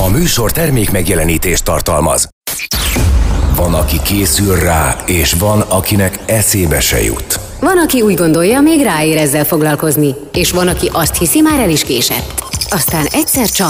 A műsor termék megjelenítést tartalmaz. Van, aki készül rá, és van, akinek eszébe se jut. Van, aki úgy gondolja, még ráér ezzel foglalkozni, és van, aki azt hiszi, már el is késett. Aztán egyszer csak...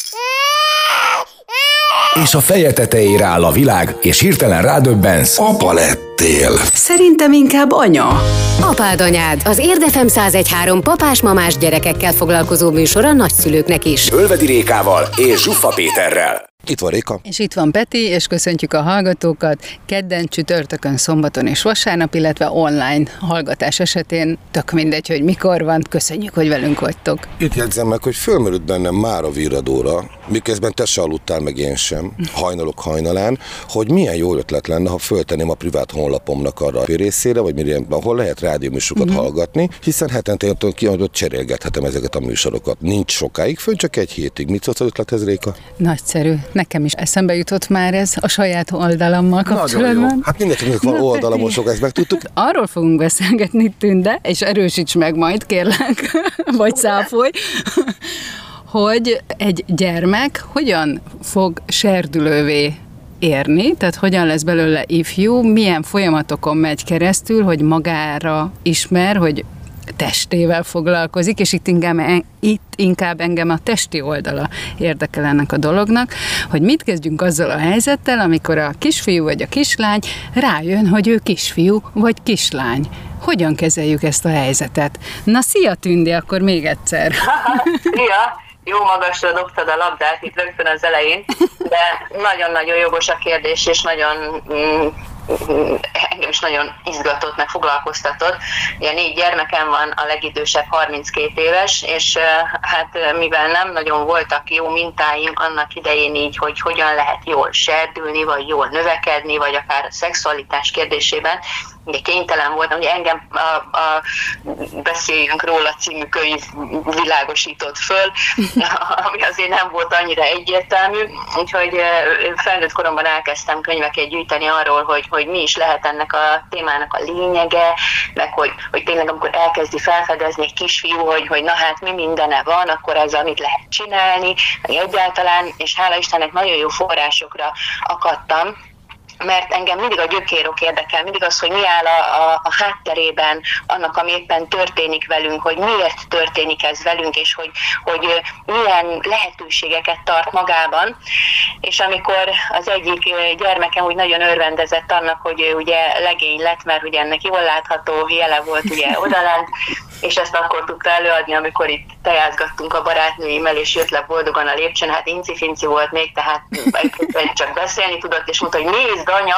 És a feje tetejére áll a világ, és hirtelen rádöbbensz. Apa lettél. Szerintem inkább anya. Apád anyád, az Érdefem 101.3 papás-mamás gyerekekkel foglalkozó műsor a nagyszülőknek is. Ölvedi Rékával és Zsuffa Péterrel. Itt van Réka. És itt van Peti, és köszöntjük a hallgatókat kedden, csütörtökön, szombaton és vasárnap, illetve online hallgatás esetén, tök mindegy, hogy mikor van, köszönjük, hogy velünk vagytok. Itt jegyzem meg, hogy fölmerült bennem már a virradóra, miközben te se aludtál, meg én sem, hajnalok hajnalán, hogy milyen jó ötlet lenne, ha föltenném a privát honlapomnak arra a részére, vagy milyen, ahol lehet rádióműsorokat hallgatni, hiszen hetente ott cserélgethetem ezeket a műsorokat. Nincs sokáig fönn, csak egy hétig. Mit szólsz az ötlethez, Réka? Nagyszerű. Nekem is eszembe jutott már ez a saját oldalammal kapcsolatban. Nagyon jó. Hát mindenkinek van oldalamon sok, ezt megtudtuk. Arról fogunk beszélgetni, Tünde, és erősíts meg majd, kérlek, vagy cáfolj, hogy egy gyermek hogyan fog serdülővé érni, tehát hogyan lesz belőle ifjú, milyen folyamatokon megy keresztül, hogy magára ismer, hogy testével foglalkozik, és itt inkább engem a testi oldala érdekel ennek a dolognak, hogy mit kezdjünk azzal a helyzettel, amikor a kisfiú vagy a kislány rájön, hogy ő kisfiú vagy kislány. Hogyan kezeljük ezt a helyzetet? Na, szia Tündi, akkor még egyszer. Szia! Jó magasra dobtad a labdát itt rögtön az elején, de nagyon-nagyon jogos a kérdés, és nagyon... engem is nagyon izgatott, meg foglalkoztatott. Ugye 4 gyermekem van, a legidősebb 32 éves, és hát mivel nem nagyon voltak jó mintáim annak idején így, hogy hogyan lehet jól serdülni, vagy jól növekedni, vagy akár a szexualitás kérdésében, ugye kénytelen voltam, ugye engem a Beszéljünk róla című könyv világosított föl, ami azért nem volt annyira egyértelmű, úgyhogy felnőtt koromban elkezdtem könyveket gyűjteni arról, hogy mi is lehet ennek a témának a lényege, meg hogy tényleg amikor elkezdi felfedezni egy kisfiú, hogy na hát mi mindene van, akkor ezzel mit lehet csinálni, meg egyáltalán, és hála Istennek nagyon jó forrásokra akadtam, mert engem mindig a gyökérok érdekel, mindig az, hogy mi áll a hátterében annak, ami éppen történik velünk, hogy miért történik ez velünk, és hogy milyen lehetőségeket tart magában. És amikor az egyik gyermekem úgy nagyon örvendezett annak, hogy ő ugye legény lett, mert ugye ennek jól látható jele volt ugye odalent, és ezt akkor tudta előadni, amikor itt tejázgattunk a barátnőimmel, és jött le boldogan a lépcsőn, hát inci-finci volt még, tehát csak beszélni tudott, és mondta, hogy nézd anya,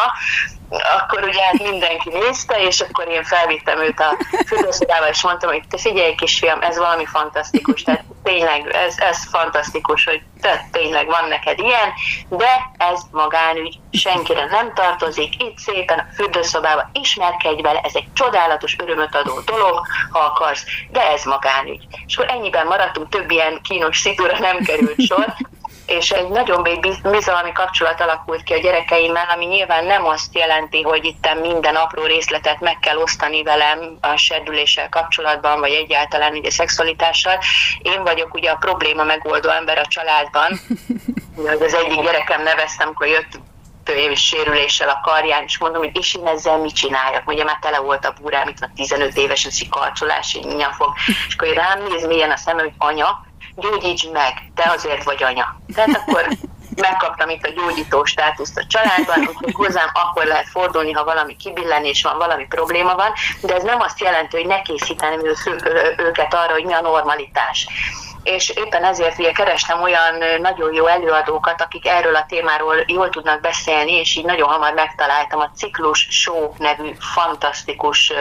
akkor ugye hát mindenki nézte, és akkor én felvittem őt a fürdőszobába, és mondtam, hogy te figyelj kisfiam, ez valami fantasztikus, tehát tényleg ez fantasztikus, hogy te tényleg van neked ilyen, de ez magánügy, senkire nem tartozik, itt szépen a fürdőszobába ismerkedj vele, ez egy csodálatos, örömöt adó dolog, ha akarsz, de ez magánügy. És akkor ennyiben maradtunk, több ilyen kínos szitúra nem került sor, és egy nagyon bizalmi kapcsolat alakult ki a gyerekeimmel, ami nyilván nem azt jelenti, hogy itt minden apró részletet meg kell osztani velem a serdüléssel kapcsolatban, vagy egyáltalán ugye szexualitással. Én vagyok ugye a probléma megoldó ember a családban. Az egyik gyerekem neveztem, amikor jött éves sérüléssel a karján, és mondom, hogy és én ezzel mit csináljak? Ugye már tele volt a búrám, itt van 15 éves, ez egy karcolás, így mindjárt fog. És akkor rám néz mélyen a szemem, hogy anya, gyógyítsd meg, te azért vagy anya. Tehát akkor megkaptam itt a gyógyító státuszt a családban, úgyhogy hozzám akkor lehet fordulni, ha valami kibillenés van, valami probléma van, de ez nem azt jelenti, hogy ne készíteném őket arra, hogy mi a normalitás. És éppen ezért ugye kerestem olyan nagyon jó előadókat, akik erről a témáról jól tudnak beszélni, és így nagyon hamar megtaláltam a Ciklus Show nevű fantasztikus,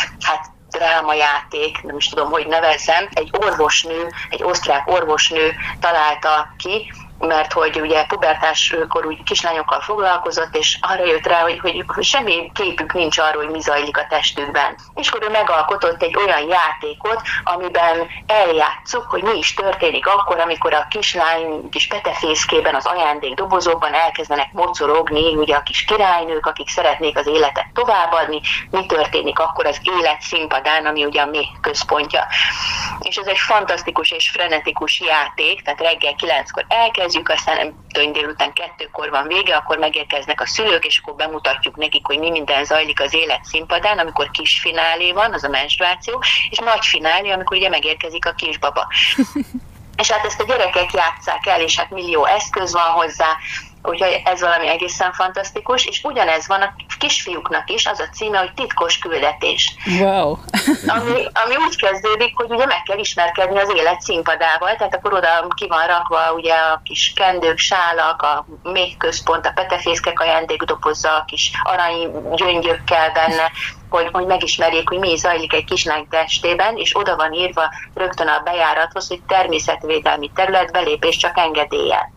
drámajáték, nem is tudom, hogy nevezzem, egy orvosnő, egy osztrák orvosnő találta ki, mert hogy ugye pubertáskorú kislányokkal foglalkozott, és arra jött rá, hogy semmi képük nincs arról, hogy mi zajlik a testükben. És akkor ő megalkotott egy olyan játékot, amiben eljátszuk, hogy mi is történik akkor, amikor a kislány kis petefészkében, az ajándékdobozokban elkezdenek mocorogni, ugye a kis királynők, akik szeretnék az életet továbbadni, mi történik akkor az élet színpadán, ami ugye a mi központja. És ez egy fantasztikus és frenetikus játék, tehát reggel 9-kor elkezd, befejezzük, aztán nem tudom, délután 2-kor van vége, akkor megérkeznek a szülők, és akkor bemutatjuk nekik, hogy mi minden zajlik az élet színpadán, amikor kis finálé van, az a menstruáció, és nagy finálé, amikor ugye megérkezik a kisbaba. És hát ezt a gyerekek játsszák el, és hát millió eszköz van hozzá, úgyhogy ez valami egészen fantasztikus, és ugyanez van a kisfiúknak is, az a címe, hogy titkos küldetés. Wow. Ami úgy kezdődik, hogy ugye meg kell ismerkedni az élet színpadával, tehát akkor oda ki van rakva ugye a kis kendők, sálak, a méhközpont, a petefészkek ajándékdobozza, a kis arany gyöngyökkel benne, hogy megismerjék, hogy mi zajlik egy kislány testében, és oda van írva rögtön a bejárathoz, hogy természetvédelmi terület, belépés csak engedéllyel.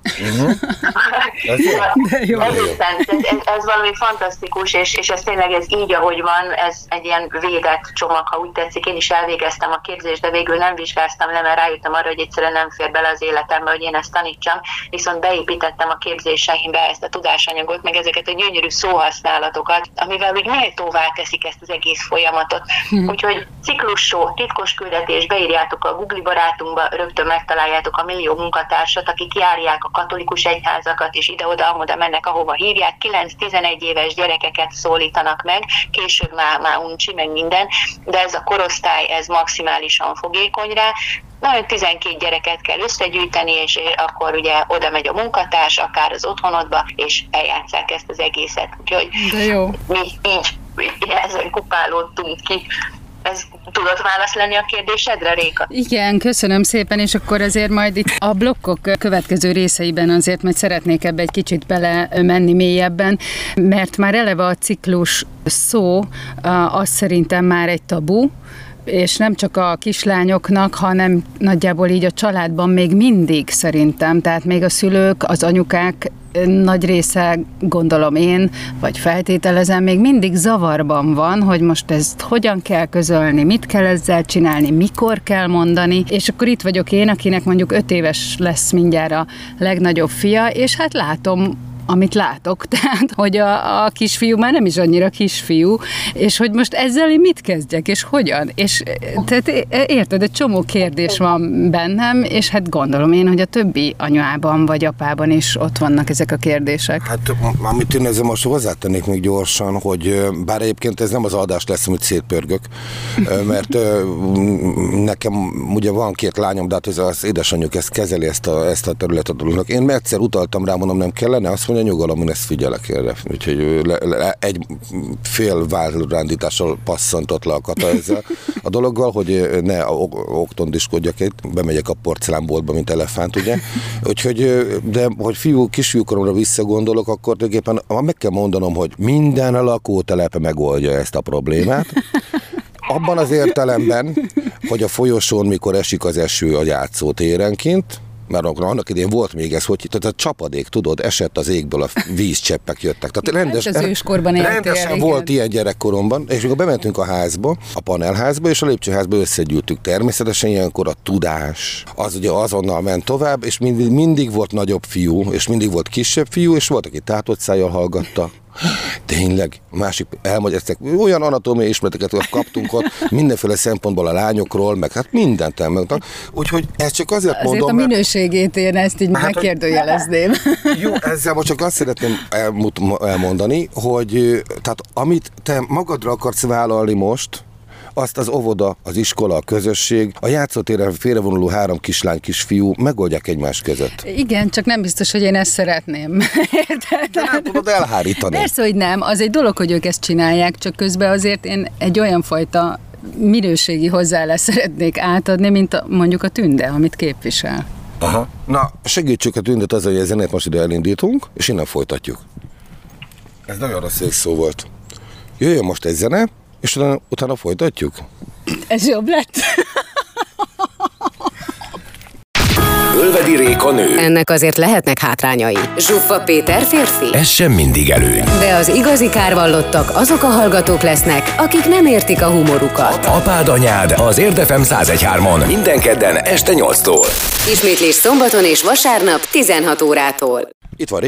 Ez valami fantasztikus, és ez tényleg ez így, ahogy van, ez egy ilyen védett csomag, ha úgy tetszik. Én is elvégeztem a képzést, de végül nem vizsgáztam le, mert rájöttem arra, hogy egyszerűen nem fér bele az életembe, hogy én ezt tanítsam, viszont beépítettem a képzéseimbe ezt a tudásanyagot, meg ezeket a gyönyörű szóhasználatokat, amivel úgy méltóvá teszik ezt az egész folyamatot. Úgyhogy ciklussó, titkos küldetés, beírjátok a Google barátunkba, rögtön megtaláljátok a millió munkatársat, akik járják a katolikus egyházakat, és ide-oda mennek, ahova hívják, 9-11 éves gyerekeket szólítanak meg, később már uncsi, meg minden, de ez a korosztály, ez maximálisan fogékony rá. Nagyon 12 gyereket kell összegyűjteni, és akkor ugye oda megy a munkatárs, akár az otthonodba, és eljátsszák ezt az egészet. Úgyhogy mi így ezen kupálódtunk ki. Ez tudott válasz lenni a kérdésedre, Réka? Igen, köszönöm szépen, és akkor azért majd itt a blokkok következő részeiben azért majd szeretnék ebbe egy kicsit bele menni mélyebben, mert már eleve a ciklus szó, az szerintem már egy tabu, és nem csak a kislányoknak, hanem nagyjából így a családban még mindig szerintem, tehát még a szülők, az anyukák nagy része, gondolom én, vagy feltételezem, még mindig zavarban van, hogy most ezt hogyan kell közölni, mit kell ezzel csinálni, mikor kell mondani, és akkor itt vagyok én, akinek mondjuk 5 éves lesz mindjárt a legnagyobb fia, és hát látom, amit látok, tehát, hogy a kisfiú már nem is annyira kisfiú, és hogy most ezzel én mit kezdjek, és hogyan? És tehát érted, egy csomó kérdés van bennem, és hát gondolom én, hogy a többi anyuában vagy apában is ott vannak ezek a kérdések. Hát, amit én ezzel most hozzátennék még gyorsan, hogy bár egyébként ez nem az adás lesz, amit szétpörgök, mert nekem ugye van 2 lányom, de hát az édesanyjuk ezt kezeli, ezt a területet a dolognak. Én egyszer utaltam rá, mondom, nem kellene, azt mondja, nyugalom, én ezt figyelek erre. Úgyhogy egy fél vállrándítással passzantott le a Kata ezzel a dologgal, hogy ne oktondiskodjak itt, bemegyek a porcelánboltba, mint elefánt, ugye. Úgyhogy, de hogy kisfiúkoromra visszagondolok, akkor tulajdonképpen meg kell mondanom, hogy minden a lakótelepe megoldja ezt a problémát. Abban az értelemben, hogy a folyosón, mikor esik az eső a játszótérenként, mert annak idén volt még ez, hogy tehát a csapadék, tudod, esett az égből, a vízcseppek jöttek. Tehát rendesen volt ilyen gyerekkoromban, és amikor bementünk a házba, a panelházba, és a lépcsőházba összegyűltük. Természetesen ilyenkor a tudás, az ugye azonnal ment tovább, és mindig volt nagyobb fiú, és mindig volt kisebb fiú, és volt, aki tátott szájjal hallgatta. Tényleg, másik elmagyarázták, olyan anatómiai ismereteket kaptunk ott, mindenféle szempontból a lányokról, meg hát mindent elmondtak. Úgyhogy ezt csak azért mondom, a minőségét én ezt így megkérdőjelezném. Jó, ezzel most csak azt szeretném elmondani, hogy tehát amit te magadra akarsz vállalni most, azt az óvoda, az iskola, a közösség, a játszótéren félrevonuló 3 kislány, kisfiú megoldják egymás között. Igen, csak nem biztos, hogy én ezt szeretném. De nem tudod elhárítani. Persze, hogy nem. Az egy dolog, hogy ők ezt csinálják, csak közben azért én egy olyan fajta minőségi hozzáállást szeretnék átadni, mint mondjuk a Tünde, amit képvisel. Aha. Na, segítsük a Tündet azzal, hogy a zenét most ide elindítunk, és innen folytatjuk. Ez nagyon rossz szó volt. Jöjjön most egy zene, és utána folytatjuk? Ez jobb lett. Ölvedi Réka nő. Ennek azért lehetnek hátrányai. Zsuffa Péter férfi. Ez sem mindig előny. De az igazi kárvallottak azok a hallgatók lesznek, akik nem értik a humorukat. Apád, anyád az Érd FM 101.3-on minden kedden este 8-tól. Ismétlés szombaton és vasárnap 16 órától. Itt van Réka.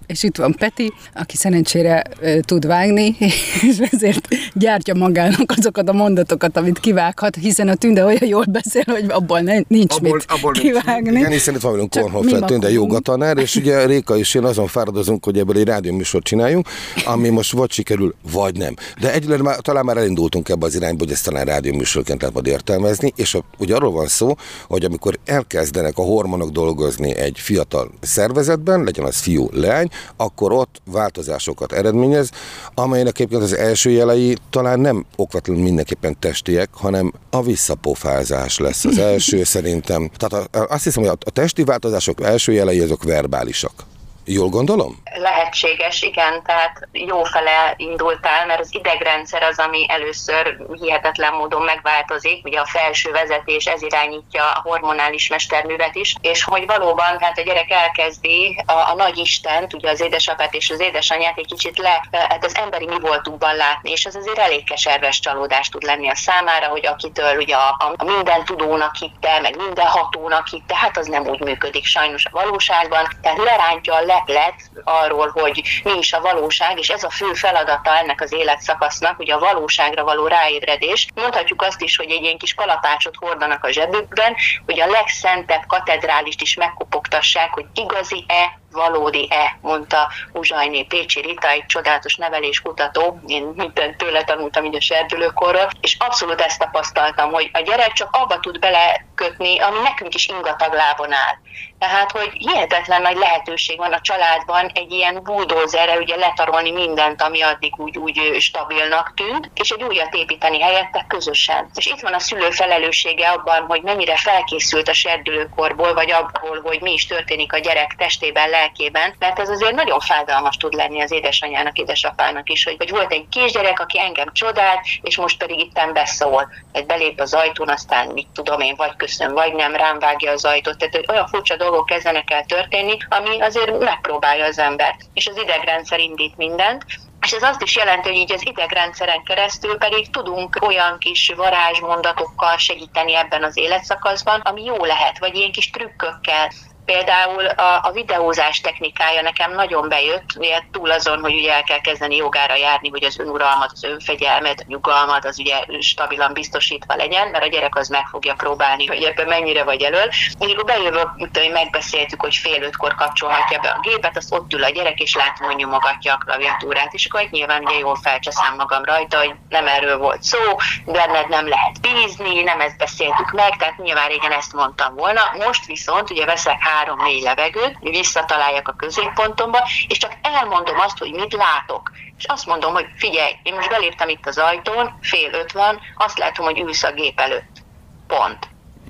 És itt van Peti, aki szerencsére tud vágni, és ezért gyártja magának azokat a mondatokat, amit kivághat, hiszen a Tünde olyan jól beszél, hogy abból nincs mit kivágni. Igen, hiszen itt van velünk Kornhofer Tünde jogatanár, és ugye Réka és én azon fáradozunk, hogy ebből egy rádióműsort csináljunk, ami most vagy sikerül, vagy nem. De egyelőre talán már elindultunk ebbe az irányba, hogy ezt talán rádióműsorként lehet majd értelmezni, és ugye arról van szó, hogy amikor elkezdenek a hormonok dolgozni egy fiatal szervezetben, legyen az fiú, leány, akkor ott változásokat eredményez, amelynek egyébként az első jelei talán nem okvetlenül mindenképpen testiek, hanem a visszapofázás lesz az első szerintem. Tehát azt hiszem, hogy a testi változások első jelei azok verbálisak. Jól gondolom? Lehetséges, igen, tehát jó fele indultál, mert az idegrendszer az, ami először hihetetlen módon megváltozik, ugye a felső vezetés, ez irányítja a hormonális mesterművet is, és hogy valóban hát a gyerek elkezdi a nagyistent, ugye az édesapát és az édesanyját egy kicsit hát az emberi mi voltukban látni, és ez azért elég keserves csalódás tud lenni a számára, hogy akitől ugye a minden tudónak hitte, meg minden hatónak hitte, hát az nem úgy működik sajnos a valóságban, tehát lerántja a leplet arról, hogy mi is a valóság, és ez a fő feladata ennek az életszakasznak, ugye a valóságra való ráébredés. Mondhatjuk azt is, hogy egy ilyen kis kalapácsot hordanak a zsebükben, hogy a legszentebb katedrálist is megkopogtassák, hogy igazi-e, valódi-e, mondta Uzsajné Pécsi Rita, egy csodálatos neveléskutató, én mindent tőle tanultam így a serdülőkorról, és abszolút ezt tapasztaltam, hogy a gyerek csak abba tud belekötni, ami nekünk is ingatag lábon áll. Tehát, hogy hihetetlen nagy lehetőség van a családban egy ilyen buldózerrel ugye letarolni mindent, ami addig úgy stabilnak tűnt, és egy újat építeni helyette közösen. És itt van a szülő felelőssége abban, hogy mennyire felkészült a serdülőkorból, vagy abból, hogy mi is történik a gyerek testében, lelkében, mert ez azért nagyon fájdalmas tud lenni az édesanyjának, édesapának is, hogy volt egy kisgyerek, aki engem csodált, és most pedig itten beszól. Tehát belép az ajtón, aztán mit tudom én, vagy köszön, vagy nem, rám vágja az ajtót. Tehát hogy olyan furcsa dolgok kezdenek el történni, ami azért megpróbálja az embert. És az idegrendszer indít mindent, és ez azt is jelenti, hogy így az idegrendszeren keresztül pedig tudunk olyan kis varázsmondatokkal segíteni ebben az életszakaszban, ami jó lehet, vagy ilyen kis trükkökkel. Például a videózás technikája nekem nagyon bejött, ugye túl azon, hogy ugye el kell kezdeni jogára járni, hogy az önuralmat, az önfegyelmet, a nyugalmat az ugye stabilan biztosítva legyen, mert a gyerek az meg fogja próbálni, hogy ebben mennyire vagy elől. Amikor bejövök, megbeszéltük, hogy 4:30-kor kapcsolhatja be a gépet, azt ott ül a gyerek, és látom, hogy nyomogatja a klaviatúrát, és akkor nyilván ugye jól felcseszem magam rajta, hogy nem erről volt szó, benned nem lehet bízni, nem ezt beszéltük meg, tehát nyilván régen ezt mondtam volna. Most viszont ugye veszek 3-4 levegőt, visszataláljak a középpontomba, és csak elmondom azt, hogy mit látok. És azt mondom, hogy figyelj, én most beléptem itt az ajtón, 4:50 van, azt látom, hogy ülsz a gép előtt. Pont.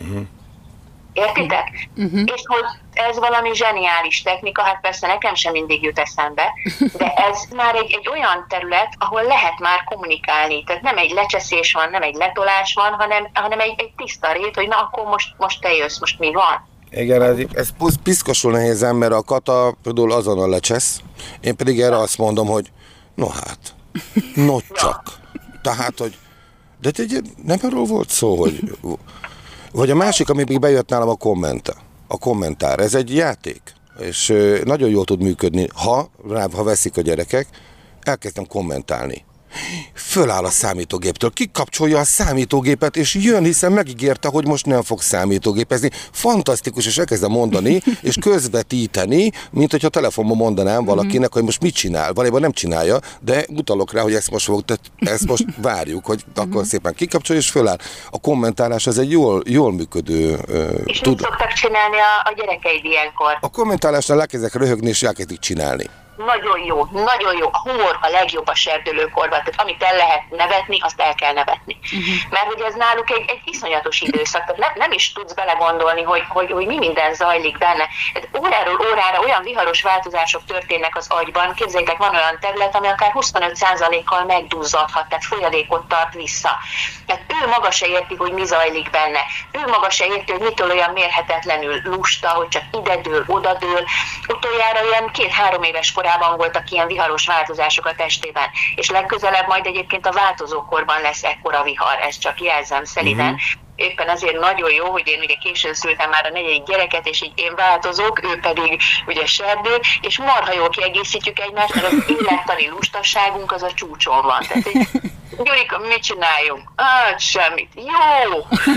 Értitek? És hogy ez valami zseniális technika, hát persze nekem sem mindig jut eszembe, de ez már egy olyan terület, ahol lehet már kommunikálni. Tehát nem egy lecseszés van, nem egy letolás van, hanem egy tiszta rét, hogy na akkor most te jössz, most mi van? Igen, ez piszkosul nehézem, mert a Kata például azonnal lecsesz, én pedig erre azt mondom, hogy no hát, no csak. Tehát, hogy de nem arról volt szó, hogy vagy a másik, ami még bejött nálam a kommentár. Ez egy játék, és nagyon jól tud működni, ha veszik a gyerekek, elkezdtem kommentálni. Föláll a számítógéptől, kikapcsolja a számítógépet, és jön, hiszen megígérte, hogy most nem fog számítógépezni. Fantasztikus, és elkezdem mondani, és közvetíteni, mint hogyha telefonban mondanám valakinek, hogy most mit csinál. Valójában nem csinálja, de utalok rá, hogy ezt most várjuk, hogy akkor szépen kikapcsolja, és föláll. A kommentálás az egy jól működő És mit szoktak csinálni a gyerekeid ilyenkor? A kommentálásnál elkezdek röhögni, és elkezdik csinálni. Nagyon jó, nagyon jó. A humor a legjobb a serdülőkorban. Tehát amit el lehet nevetni, azt el kell nevetni. Mert hogy ez náluk egy iszonyatos időszak. Tehát nem is tudsz belegondolni, hogy mi minden zajlik benne. Óráról órára olyan viharos változások történnek az agyban. Képzeljétek, van olyan terület, ami akár 25%-kal megduzzadhat, tehát folyadékot tart vissza. Tehát ő maga se érti, hogy mi zajlik benne. Ő maga se érti, hogy mitől olyan mérhetetlenül lusta, hogy csak idedől, odadől. Utoljára olyan 2-3 éves korában voltak ilyen viharos változások a testében, és legközelebb majd egyébként a változókorban lesz ekkora vihar, ezt csak jelzem szeliden. éppen ezért nagyon jó, hogy én ugye későn szültem már a 4. gyereket, és így én változok, ő pedig ugye serdül, és marha jól kiegészítjük egymást, mert az élettani lustaságunk az a csúcson van. Tehát, Gyurika, mit csináljunk? Hát semmit. Jó!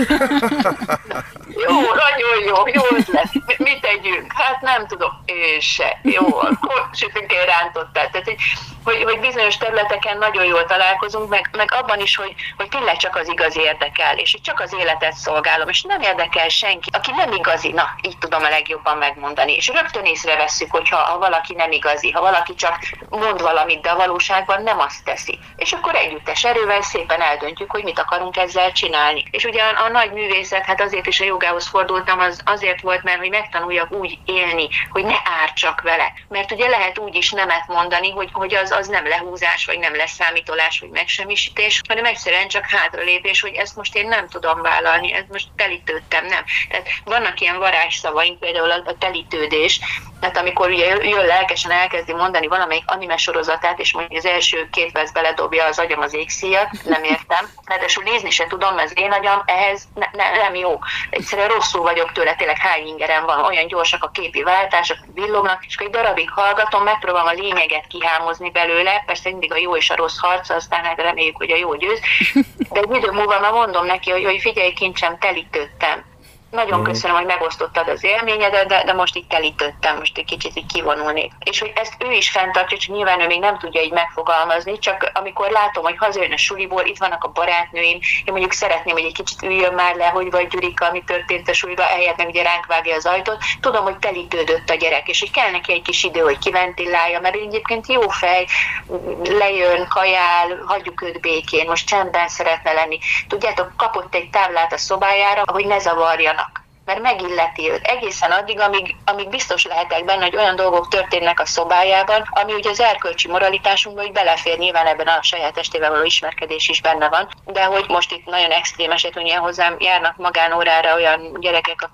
Jó, nagyon jó ötlet. Mit tegyünk? Hát nem tudom. Én se. Jó, akkor sütünk egy rántottát. Tehát, hogy bizonyos területeken nagyon jól találkozunk, meg abban is, hogy tényleg csak az igazi érdekel, és csak az életet szolgálom, és nem érdekel senki, aki nem igazi, na, így tudom a legjobban megmondani. És rögtön észrevesszük, hogyha valaki nem igazi, ha valaki csak mond valamit, de a valóságban nem azt teszi. És akkor együttes erővel szépen eldöntjük, hogy mit akarunk ezzel csinálni. És ugye a nagy művészet, hát azért is a jogához fordultam, az azért volt, mert hogy megtanuljak úgy élni, hogy ne ártsak vele. Mert ugye lehet úgy is nemet mondani, hogy az nem lehúzás, vagy nem leszámítolás, vagy megsemmisítés, hanem egyszerűen csak hátralépés, hogy ezt most én nem tudom vállalni, ezt most telítődtem, nem. Tehát vannak ilyen varázsszavaink, például a telítődés, tehát amikor ugye jön lelkesen elkezdi mondani valamelyik anime sorozatát, és mondjuk az első 2 perc beledobja az agyam az égszíjat, nem értem. Ráadásul nézni se tudom, mert az én agyam ehhez nem jó. Egyszerűen rosszul vagyok tőle, tényleg hány ingerem van, olyan gyorsak a képi váltások, villognak, és akkor egy darabig hallgatom, megpróbálom a lényeget kihámozni belőle, persze mindig a jó és a rossz harc, aztán hát reméljük, hogy a jó győz. De egy idő múlva már mondom neki, hogy figyelj, kincsem, telítődtem. Nagyon köszönöm, hogy megosztottad az élményedet, de most itt telítődtem, most egy kicsit így kivonulnék. És hogy ezt ő is fenntartja, csak nyilván ő még nem tudja így megfogalmazni, csak amikor látom, hogy hazajön a suliból, itt vannak a barátnőim, én mondjuk szeretném, hogy egy kicsit üljön már le, hogy vagy Gyurika, mi történt a suliba, eljött meg ugye ránk vágja az ajtót, tudom, hogy telítődött a gyerek, és hogy kell neki egy kis idő, hogy kiventilálja, mert egyébként jó fej, lejön, kajál, hagyjuk őt békén, most csendben szeretne lenni. Tudjátok, kapott egy táblát a szobájára, hogy ne zavarjanak. Mert megilleti őt. Egészen addig, amíg biztos lehetek benne, hogy olyan dolgok történnek a szobájában, ami ugye az erkölcsi moralitásunkban, hogy belefér, nyilván ebben a saját testével való ismerkedés is benne van, de hogy most itt nagyon extrém eset, ugye hozzám járnak magánórára olyan gyerekek,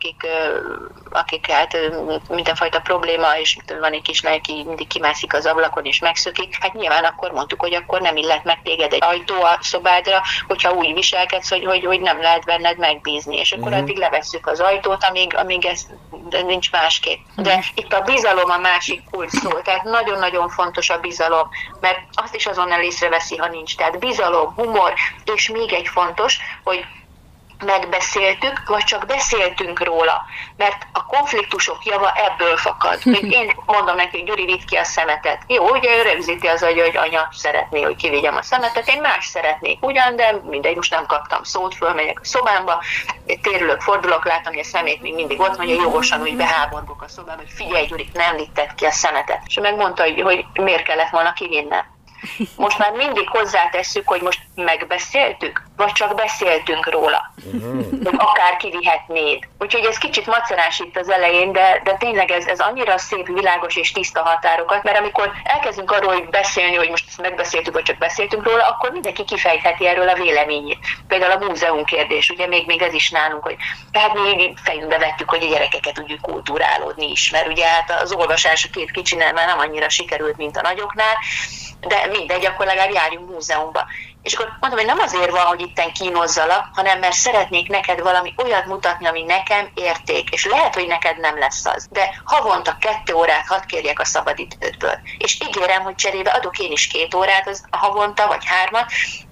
akik hát mindenfajta probléma, és van egy kislány, aki mindig kimászik az ablakon és megszökik, hát nyilván akkor mondtuk, hogy akkor nem illet meg téged egy ajtó a szobádra, hogyha úgy viselkedsz, hogy nem lehet benned megbízni, és akkor addig levesszük az ajtót, amíg ez nincs másképp. De itt a bizalom a másik kulcs szó, tehát nagyon-nagyon fontos a bizalom, mert azt is azonnal észreveszi, ha nincs. Tehát bizalom, humor, és még egy fontos, hogy megbeszéltük, vagy csak beszéltünk róla. Mert a konfliktusok java ebből fakad. Még én mondom neki, hogy Gyuri, vidd ki a szemetet. Jó, ugye ő rögzíti az agya, hogy anya szeretné, hogy kivigyem a szemetet, én más szeretnék ugyan, de mindegy, most nem kaptam szót, fölmegyek a szobámba, térülök, fordulok, látom, hogy a szemét még mindig ott van, hogy jogosan úgy beháborgok a szobámba, hogy figyelj, Gyuri, nem vitted ki a szemetet. És megmondta, hogy miért kellett volna kivinnem. Most már mindig hozzátesszük, hogy most megbeszéltük, vagy csak beszéltünk róla. Vagy akár kivihetnéd. Úgyhogy ez kicsit macerás itt az elején, de tényleg ez annyira szép, világos és tiszta határokat, mert amikor elkezdünk arról, hogy beszélni, hogy most ezt megbeszéltük, vagy csak beszéltünk róla, akkor mindenki kifejtheti erről a véleményét. Például a múzeum kérdés, ugye még ez is nálunk, hogy tehát mi fejünkbe vettük, hogy a gyerekeket úgy kulturálódni is, mert ugye hát az olvasás a 2 kicsinél már nem annyira sikerült, mint a nagyoknál, de mindegy, akkor legalább járjunk múzeumba. És akkor mondom, hogy nem azért van, hogy itten kínozzalak, hanem mert szeretnék neked valami olyat mutatni, ami nekem érték. És lehet, hogy neked nem lesz az. De havonta 2 órát hadd kérjek a szabadidődből. És ígérem, hogy cserébe adok én is 2 órát az havonta, vagy 3,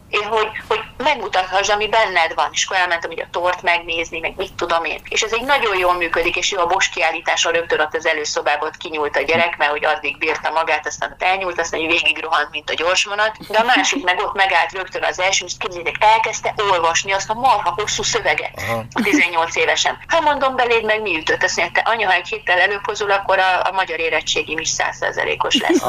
hogy megmutathass, ami benned van. És akkor elmentem ugye a tort megnézni, meg mit tudom én. És ez egy nagyon jól működik, és jó a Bosch kiállításon rögtön ott az előszobában ott kinyúlt a gyerek, mert hogy addig bírta magát, aztán ott elnyúlt, aztán végig rohant, mint a gyorsvonat. De a másik meg ott megállt rögtön az első, és képzeljétek, elkezdte olvasni azt a marha hosszú szöveget. 18 évesen. Hát mondom beléd meg mi ütött? Azt mondja, te anya, ha egy héttel előbb hozul, akkor a magyar érettségim is 100%-os lesz.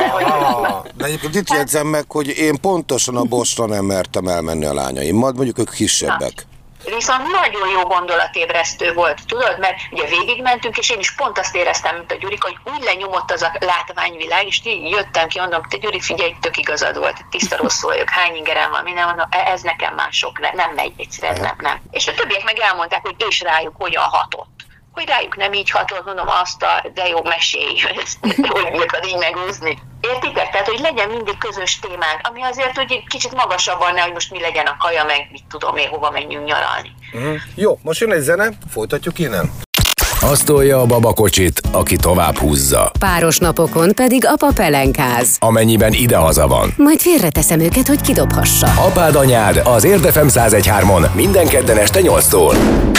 De egyébként itt jegyzem meg, hogy én pontosan a Boschra nem mertem elmenni a lányaimmal, mondjuk ők kisebbek. Viszont nagyon jó gondolatébresztő volt, tudod, mert ugye végigmentünk, és én is pont azt éreztem, mint a Gyurika, hogy úgy lenyomott az a látványvilág, és jöttem ki, mondom, te Gyuri, figyelj, tök igazad volt, tiszta rosszul vagyok, hány ingerem van, minden, mondom, ez nekem mások, nem megy egyszerűen, nem. És a többiek meg elmondták, hogy és rájuk hogyan hatott. Hogy rájuk nem így hatott, mondom, de jó mesélj, hogy bírtad így megúzni. Értitek? Tehát, hogy legyen mindig közös témánk, ami azért, hogy egy kicsit magasabban ne, hogy most mi legyen a kaja, meg mit tudom én, hova menjünk nyaralni. Jó, most jön egy zene, folytatjuk innen. Azt tolja a babakocsit, aki tovább húzza. Páros napokon pedig apa pelenkáz. Amennyiben idehaza van. Majd félreteszem őket, hogy kidobhassa. Apád anyád az Érdefem 101.3-on minden kedden este 8-tól.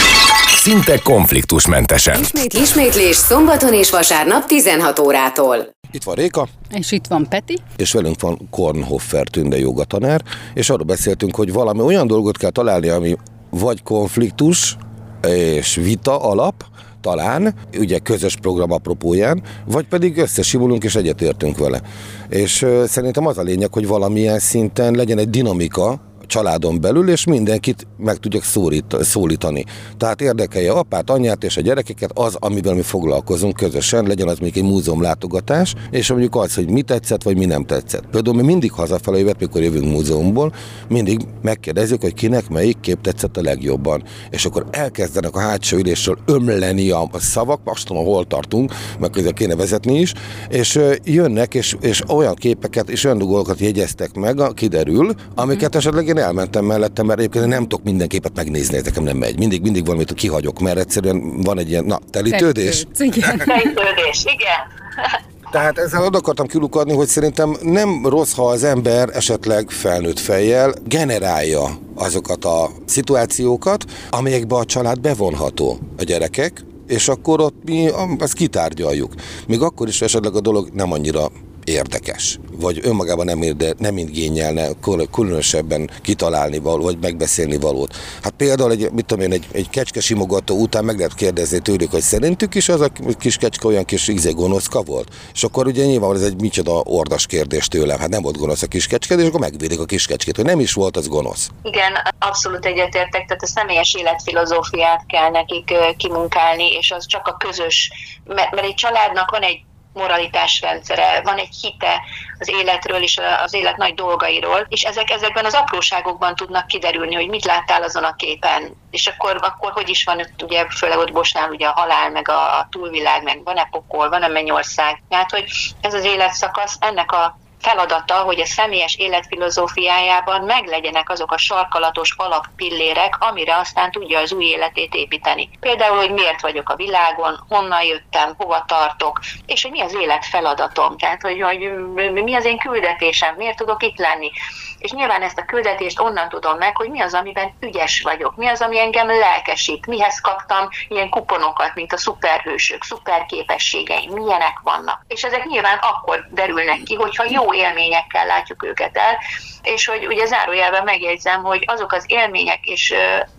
Szinte konfliktusmentesen. Ismétlés szombaton és vasárnap 16 órától. Itt van Réka. És itt van Peti. És velünk van Kornhofer Tünde jogatanár, és arról beszéltünk, hogy valami olyan dolgot kell találni, ami vagy konfliktus és vita alap, talán, ugye közös program apropóján, vagy pedig összesimulunk és egyetértünk vele. És szerintem az a lényeg, hogy valamilyen szinten legyen egy dinamika a családon belül, és mindenkit meg tudjak szólítani. Tehát érdekelje apát, anyát és a gyerekeket az, amivel mi foglalkozunk közösen, legyen az még egy múzeum látogatás, és mondjuk az, hogy mi tetszett, vagy mi nem tetszett. Például mi mindig hazafele jövet, mikor jövünk múzeumból, mindig megkérdezzük, hogy kinek melyik kép tetszett a legjobban. És akkor elkezdenek a hátsó ülésről ömleni a szavak, most tudom, hol tartunk, meg közben kéne vezetni is, és jönnek, és olyan képeket és olyan dolgokat jegyeztek meg, kiderül, amiket esetleg én elmentem mellettem, mert egyébként nem tudok minden képet megnézni, ez nekem nem megy. Mindig valamit kihagyok, mert egyszerűen van egy ilyen, telítődés. Telítődés, igen. Tehát ezzel oda akartam kilukadni, hogy szerintem nem rossz, ha az ember esetleg felnőtt fejjel generálja azokat a szituációkat, amelyekbe a család bevonható, a gyerekek, és akkor ott mi azt kitárgyaljuk. Még akkor is esetleg a dolog nem annyira érdekes, vagy önmagában nem igényelne különösebben kitalálni való, vagy megbeszélni valót. Hát például egy kecske simogató után meg lehet kérdezni tőlük, hogy szerintük is az a kis kecske olyan kis gonoszka volt. És akkor ugye nyilván ez egy micsoda ordas kérdés tőlem, hát nem volt gonosz a kis kecske, és akkor megvédik a kis kecskét, hogy nem is volt az gonosz. Igen, abszolút egyetértek, tehát a személyes életfilozófiát kell nekik kimunkálni, és az csak a közös, mert egy családnak van egy moralitásrendszere, van egy hite az életről és az élet nagy dolgairól, és ezekben az apróságokban tudnak kiderülni, hogy mit láttál azon a képen, és akkor hogy is van, ugye főleg ott Bosnál ugye a halál, meg a túlvilág, meg van-e pokol, van-e mennyország. Tehát, hogy ez az életszakasz, ennek a feladata, hogy a személyes életfilozófiájában meglegyenek azok a sarkalatos alappillérek, amire aztán tudja az új életét építeni. Például, hogy miért vagyok a világon, honnan jöttem, hova tartok, és hogy mi az élet feladatom, tehát hogy mi az én küldetésem, miért tudok itt lenni. És nyilván ezt a küldetést onnan tudom meg, hogy mi az, amiben ügyes vagyok, mi az, ami engem lelkesít, mihez kaptam ilyen kuponokat, mint a szuperhősök, szuperképességeim, milyenek vannak. És ezek nyilván akkor derülnek ki, hogyha jó élményekkel látjuk őket el, és hogy ugye zárójelben megjegyzem, hogy azok az élmények, és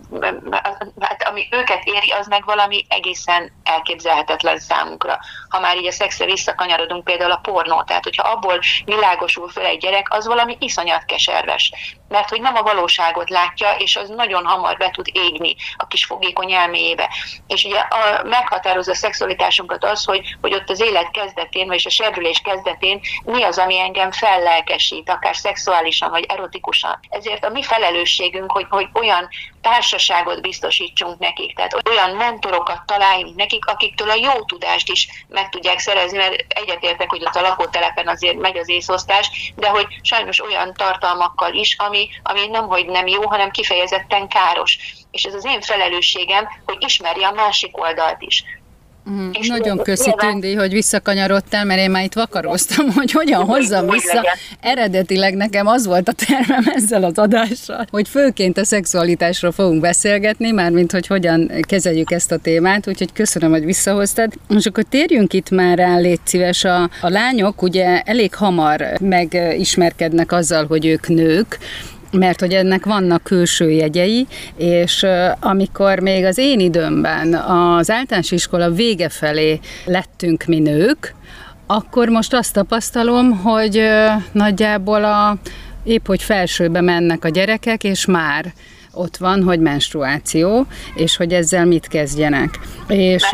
ami őket éri, az meg valami egészen elképzelhetetlen számunkra. Ha már így a szexre visszakanyarodunk, például a pornó, tehát hogyha abból világosul föl egy gyerek, az valami iszonyat keserves. Mert hogy nem a valóságot látja, és az nagyon hamar be tud égni a kis fogékony elméjébe. És ugye meghatározza a szexualitásunkat az, hogy ott az élet kezdetén, vagyis a serdülés kezdetén mi az, ami engem fellelkesít, akár szexuálisan, vagy erotikusan. Ezért a mi felelősségünk, hogy olyan társaságot biztosítsunk nekik, tehát olyan mentorokat találjunk nekik, akiktől a jó tudást is meg tudják szerezni, mert egyetértek, hogy ott a lakótelepen azért megy az észosztás, de hogy sajnos olyan tartalmakkal is, ami nemhogy nem jó, hanem kifejezetten káros. És ez az én felelősségem, hogy ismerje a másik oldalt is. Nagyon köszi, Tündi, hogy visszakanyarodtál, mert én már itt vakaróztam, hogy hogyan hozzam vissza. Eredetileg nekem az volt a tervem ezzel az adással, hogy főként a szexualitásról fogunk beszélgetni, mármint hogy hogyan kezeljük ezt a témát, úgyhogy köszönöm, hogy visszahoztad. Most akkor térjünk itt már rá, légy szíves, a lányok ugye elég hamar megismerkednek azzal, hogy ők nők, mert hogy ennek vannak külső jegyei, és amikor még az én időmben az általános iskola vége felé lettünk mi nők, akkor most azt tapasztalom, hogy nagyjából épp hogy felsőbe mennek a gyerekek, és már ott van, hogy menstruáció, és hogy ezzel mit kezdjenek. És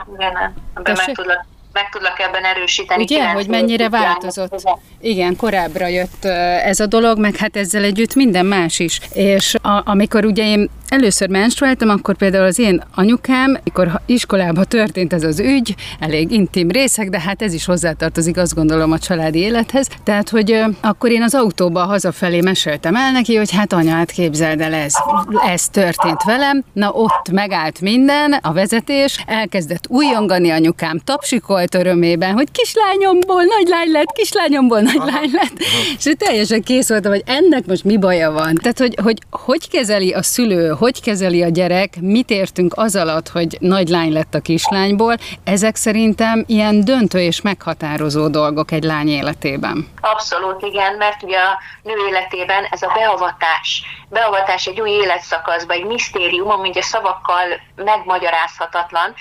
meg tudlak ebben erősíteni. Ugye, hogy mennyire változott. Igen, korábbra jött ez a dolog, meg hát ezzel együtt minden más is. És amikor ugye én először menstruáltam, akkor például az én anyukám, mikor iskolában történt ez az ügy, elég intim részek, de hát ez is hozzátartozik, azt gondolom, a családi élethez. Tehát, hogy akkor én az autóba hazafelé meséltem el neki, hogy hát anya, hát képzeld el, ez történt velem. Na, ott megállt minden, a vezetés, elkezdett újongani anyukám, tapsikolt örömében, hogy kislányomból nagy lány lett, kislányomból nagy lány lett. És teljesen kész voltam, hogy ennek most mi baja van. Tehát, hogy kezeli a szülő, hogy kezeli a gyerek, mit értünk az alatt, hogy nagy lány lett a kislányból, ezek szerintem ilyen döntő és meghatározó dolgok egy lány életében. Abszolút igen, mert ugye a nő életében ez a beavatás egy új életszakaszba, egy misztérium, ami ugye szavakkal megmagyarázhatatlan.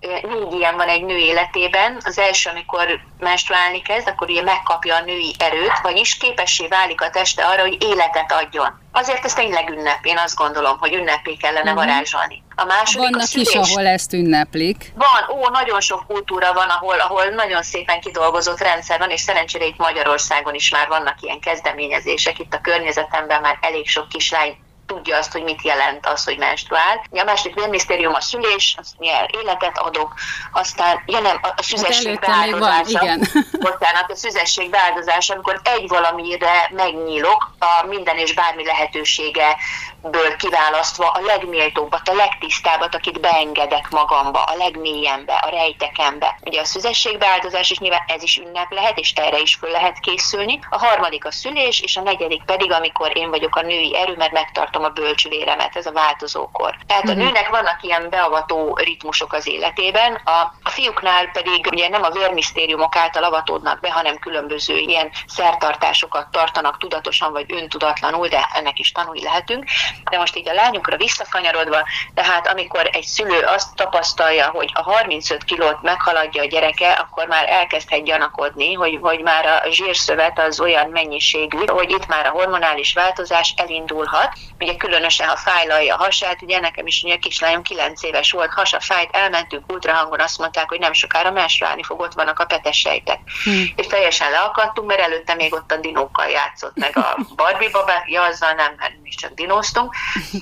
4 ilyen van egy nő életében. Az első, amikor menstruálni kezd, akkor ugye megkapja a női erőt, vagyis képessé válik a teste arra, hogy életet adjon. Azért ez tényleg ünnep, én azt gondolom, hogy ünnepé kellene varázsolni. A második vannak a szülés. Is, ahol ezt ünneplik. Van, nagyon sok kultúra van, ahol nagyon szépen kidolgozott rendszer van, és szerencsére itt Magyarországon is már vannak ilyen kezdeményezések. Itt a környezetemben már elég sok kislány tudja azt, hogy mit jelent az, hogy menstruál. A második vérmisztérium a szülés, azt életet adok, aztán a szüzesség beáldozása. Bocsánat, a szüzesség beáldozása, amikor egy valamire megnyílok, a minden és bármi lehetőségeből kiválasztva a legméltóbbat, a legtisztábbat, akit beengedek magamba, a legmélyenbe, a rejtekembe. Ugye a szüzesség beáldozás is nyilván ez is ünnep lehet, és erre is föl lehet készülni. A harmadik a szülés, és a negyedik pedig, amikor én vagyok a női erő, mert megtartom a bölcsővéremet, ez a változókor. Tehát a nőnek vannak ilyen beavató ritmusok az életében, a fiúknál pedig ugye nem a vérmisztériumok által avatódnak be, hanem különböző ilyen szertartásokat tartanak tudatosan vagy öntudatlanul, de ennek is tanulni lehetünk. De most így a lányunkra visszakanyarodva, tehát amikor egy szülő azt tapasztalja, hogy a 35 kilót meghaladja a gyereke, akkor már elkezdhet gyanakodni, hogy már a zsírszövet az olyan mennyiségű, hogy itt már a hormonális változás elindulhat. Ugye különösen, ha fájlalja a hasát, ugye nekem is ugye a kislányom 9 éves volt, hasafájt, elmentünk ultrahangon, azt mondták, hogy nem sokára menstruálni fog, ott vannak a petessejtek. És teljesen leakadtunk, mert előtte még ott a dinókkal játszott, meg a Barbie babát, azzal nem, mert mi is csak dinóztunk.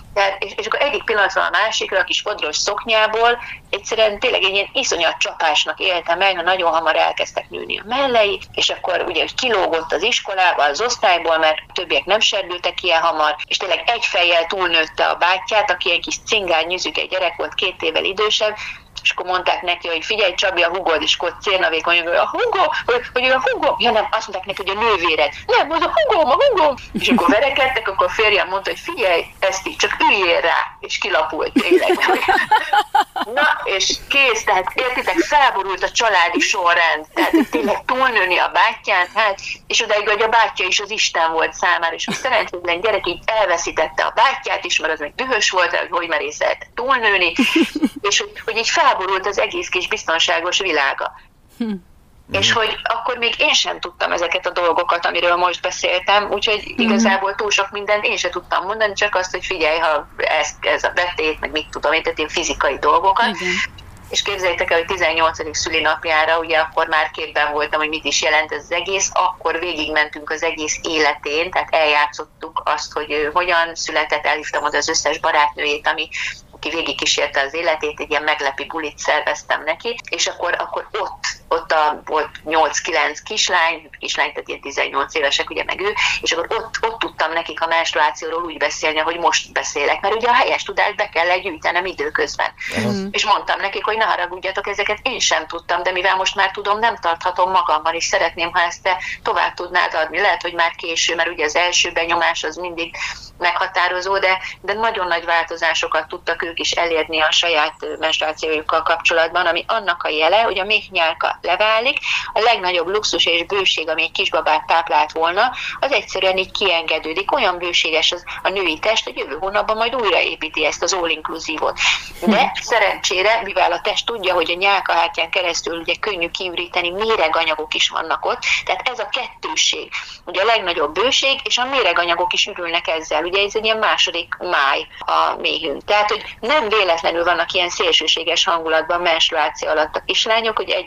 És akkor egyik pillanatról a másikra a kis fodros szoknyából egyszerűen tényleg egy ilyen iszonyat csapásnak éltem meg, mert nagyon hamar elkezdtek nőni a mellei, és akkor ugye kilógott az iskolába, az osztályból, mert többiek nem serdültek ilyen hamar, és tényleg egy fejjel túlnőtte a bátyját, aki egy kis cingár nyüzüke gyerek volt, 2 évvel idősebb, és akkor mondták neki, hogy figyelj Csabi, a hugod, és akkor cérnavékony, hogy a hugom, hogy a hugom, ja nem, azt mondták neki, hogy a nővéred, nem, az a hugom, és akkor verekedtek, akkor a férjem mondta, hogy figyelj, ezt így csak üljél rá, és kilapult tényleg. Na, és kész, tehát értitek, felborult a családi sorrend, tehát tényleg túlnőni a bátyján, hát, és odáig, hogy a bátyja is az Isten volt számára, és a szerencsétlen gyerek így elveszítette a bátyját is, mert az meg dühös volt, hogy merészelte túlnőni, és hogy így felborult az egész kis biztonságos világa. És hogy akkor még én sem tudtam ezeket a dolgokat, amiről most beszéltem, úgyhogy igazából túl sok mindent én sem tudtam mondani, csak azt, hogy figyelj, ha ez a betét, meg mit tudom én, tehát ilyen fizikai dolgokat. És képzeljétek el, hogy 18. szülinapjára, ugye akkor már képben voltam, hogy mit is jelent ez az egész, akkor végigmentünk az egész életén, tehát eljátszottuk azt, hogy hogyan született, elhívtam oda az összes barátnőjét, aki végigkísérte az életét, egy ilyen meglepi bulit szerveztem neki, és akkor ott volt 8-9 kislány, tehát ilyen 18 évesek, ugye meg ő, és akkor ott tudtam nekik a menstruációról úgy beszélni, hogy most beszélek, mert ugye a helyes tudást be kell gyűjtenem időközben. És mondtam nekik, hogy ne haragudjatok, ezeket én sem tudtam, de mivel most már tudom, nem tarthatom magamban, és szeretném, ha ezt te tovább tudnád adni. Lehet, hogy már késő, mert ugye az első benyomás az mindig meghatározó, de nagyon nagy változásokat tudtak ők is elérni a saját menstruációjukkal kapcsolatban, ami annak a jele, hogy a méhnyálka leválik, a legnagyobb luxus és bőség, ami egy kisbabát táplált volna, az egyszerűen így kiengedődik. Olyan bőséges az a női test, hogy jövő hónapban majd újraépíti ezt az all-inclusívot. De szerencsére, mivel a test tudja, hogy a nyálkahártyán keresztül ugye könnyű kiüríteni, méreganyagok is vannak ott, tehát ez a kettősség, ugye a legnagyobb bőség, és a méreganyagok is ürülnek ezzel. Ugye ez egy ilyen második máj a méhünk. Tehát, hogy nem véletlenül vannak ilyen szélsőséges hangulatban menstruáció alatt a kislányok, hogy egyik pillanatban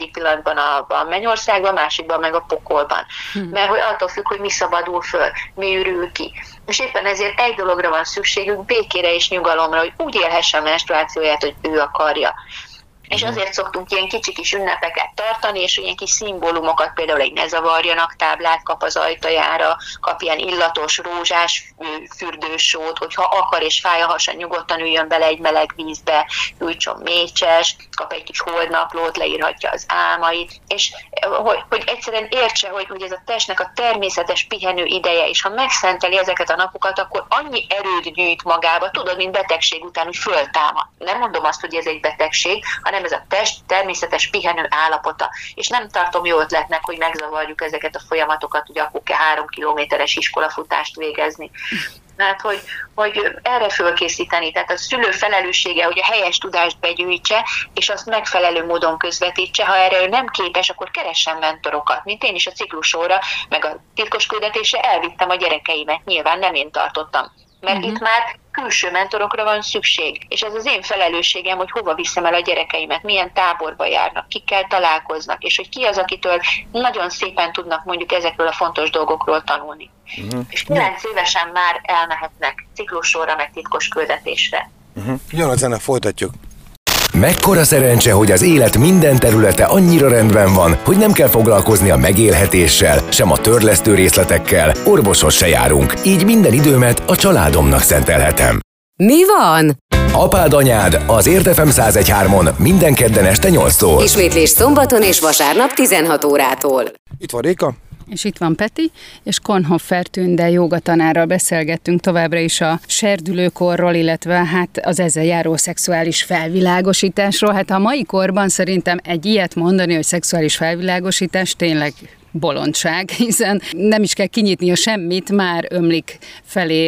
pillanatban a mennyországban, másikban meg a pokolban. Mert hogy attól függ, hogy mi szabadul föl, mi ürül ki. És éppen ezért egy dologra van szükségük, békére és nyugalomra, hogy úgy élhesse a menstruációját, hogy ő akarja. És azért szoktunk ilyen kicsi kis ünnepeket tartani, és ilyen kis szimbólumokat, például egy ne zavarjanak táblát kap az ajtajára, kap ilyen illatos, rózsás fürdősót, hogyha akar és fáj a hasa, nyugodtan üljön bele egy meleg vízbe, gyújtson mécses, kap egy kis holdnaplót, leírhatja az álmait, és hogy egyszerűen értse, hogy ez a testnek a természetes pihenő ideje, és ha megszenteli ezeket a napokat, akkor annyi erőt gyűjt magába, tudod, mint betegség után, hogy föltámad. Nem mondom azt, hogy ez egy betegség, hanem ez a test természetes pihenő állapota. És nem tartom jó ötletnek, hogy megzavarjuk ezeket a folyamatokat, hogy akkor kell 3 kilométeres iskolafutást végezni. Hát, hogy erre fölkészíteni, tehát a szülő felelőssége, hogy a helyes tudást begyűjtse, és azt megfelelő módon közvetítse. Ha erre ő nem képes, akkor keressen mentorokat. Mint én is a ciklusóra, meg a titkos küldetésre elvittem a gyerekeimet. Nyilván nem én tartottam. Mert itt már külső mentorokra van szükség. És ez az én felelősségem, hogy hova viszem el a gyerekeimet, milyen táborba járnak, kikkel találkoznak, és hogy ki az, akitől nagyon szépen tudnak mondjuk ezekről a fontos dolgokról tanulni. És 9 évesen már elmehetnek ciklussorra, meg titkos küldetésre. Jön a zene, folytatjuk. Mekkora szerencse, hogy az élet minden területe annyira rendben van, hogy nem kell foglalkozni a megélhetéssel, sem a törlesztő részletekkel, orvoshoz se járunk, így minden időmet a családomnak szentelhetem. Mi van? Apád anyád az Érd FM 101.3-on minden kedden este 8-tól. Ismétlés szombaton és vasárnap 16 órától. Itt van Réka. És itt van Peti, és Konhofer Tünde jogatanárral beszélgettünk továbbra is a serdülőkorról, illetve hát az ezzel járó szexuális felvilágosításról. Hát a mai korban szerintem egy ilyet mondani, hogy szexuális felvilágosítás tényleg bolondság, hiszen nem is kell kinyitnia semmit, már ömlik felé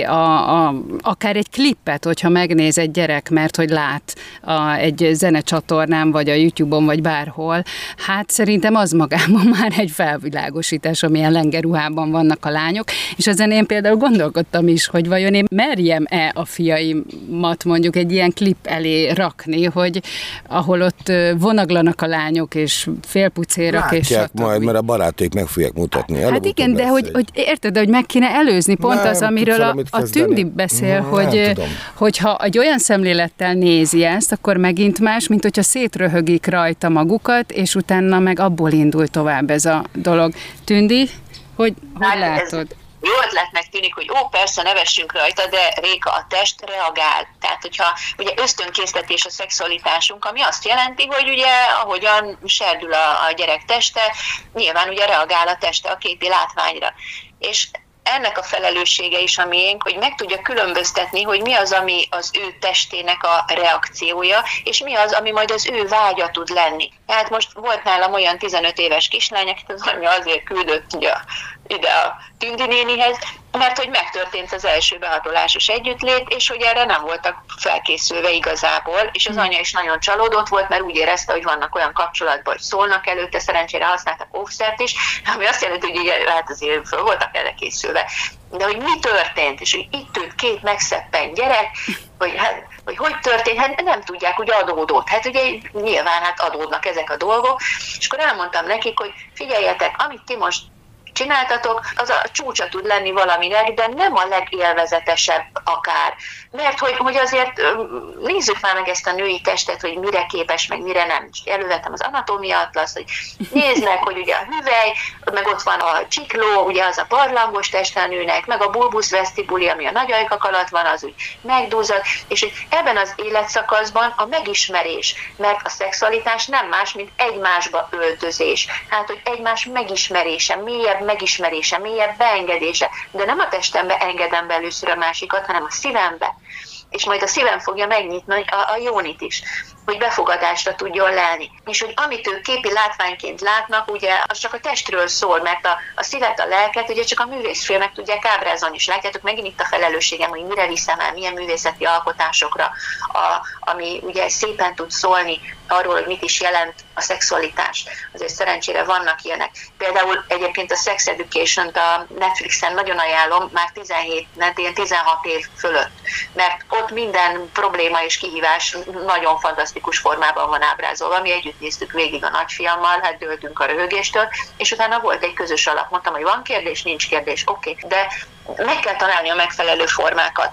akár egy klippet, hogyha megnéz egy gyerek, mert hogy lát egy zenecsatornán, vagy a YouTube-on, vagy bárhol. Hát szerintem az magában már egy felvilágosítás, amilyen lengeruhában vannak a lányok, és ezen én például gondolkodtam is, hogy vajon én merjem-e a fiaimat mondjuk egy ilyen klip elé rakni, hogy ahol ott vonaglanak a lányok, és félpucérak, és látják majd, mert a baráték meg fogják mutatni. Hát igen, de hogy érted, de hogy meg kéne előzni, pont nem, az, amiről a Tündi beszél, hogyha egy olyan szemlélettel nézi ezt, akkor megint más, mint hogyha szétröhögik rajta magukat, és utána meg abból indul tovább ez a dolog. Tündi, hogy látod? Jó ötletnek tűnik, hogy persze nevessünk rajta, de Réka, a test reagál. Tehát, hogyha ugye ösztönkésztetés a szexualitásunk, ami azt jelenti, hogy ugye ahogyan serdül a gyerek teste, nyilván ugye reagál a teste a képi látványra. És ennek a felelőssége is a miénk, hogy meg tudja különböztetni, hogy mi az, ami az ő testének a reakciója, és mi az, ami majd az ő vágya tud lenni. Tehát most volt nálam olyan 15 éves kislány, akit az anyja azért küldött ide a Tündi nénihez, mert hogy megtörtént az első behatolásos együttlét, és hogy erre nem voltak felkészülve igazából, és az anya is nagyon csalódott volt, mert úgy érezte, hogy vannak olyan kapcsolatban, hogy szólnak előtte, szerencsére használtak óvszert is, ami azt jelenti, hogy ugye, hát azért föl voltak erre készülve. De hogy mi történt, és hogy itt ült 2 megszeppent gyerek, hogy történt, hát nem tudják, hogy adódott. Hát ugye nyilván adódnak ezek a dolgok, és akkor elmondtam nekik, hogy figyeljetek, amit ti most csináltatok, az a csúcsa tud lenni valaminek, de nem a legélvezetesebb akár. Mert hogy azért nézzük már meg ezt a női testet, hogy mire képes, meg mire nem. Elővettem az anatómia atlaszt, hogy nézd meg, hogy ugye a hüvely, meg ott van a csikló, ugye az a barlangos teste a nőnek, meg a bulbus vestibuli, ami a nagy ajkak alatt van, az úgy megduzzad, és hogy ebben az életszakaszban a megismerés, mert a szexualitás nem más, mint egymásba öltözés. Hát, hogy egymás megismerése, mélyebb megismerése, mélyebb beengedése, de nem a testembe engedem be először a másikat, hanem a szívembe. És majd a szívem fogja megnyitni a jónit is, hogy befogadásra tudjon lelni. És hogy amit ők képi látványként látnak, ugye az csak a testről szól, mert a szívet, a lelket ugye csak a művészfilmek tudják ábrázolni, és látjátok, megint itt a felelősségem, hogy mire viszem el, milyen művészeti alkotásokra, ami ugye szépen tud szólni arról, hogy mit is jelent a szexualitás. Azért szerencsére vannak ilyenek. Például egyébként a Sex Education-t a Netflixen nagyon ajánlom, már 16 év fölött, mert ott minden probléma és kihívás nagyon fantasztikus formában van ábrázolva. Mi együtt néztük végig a nagyfiammal, hát dőltünk a röhögéstől, és utána volt egy közös alap. Mondtam, hogy van kérdés, nincs kérdés, oké, de meg kell találni a megfelelő formákat.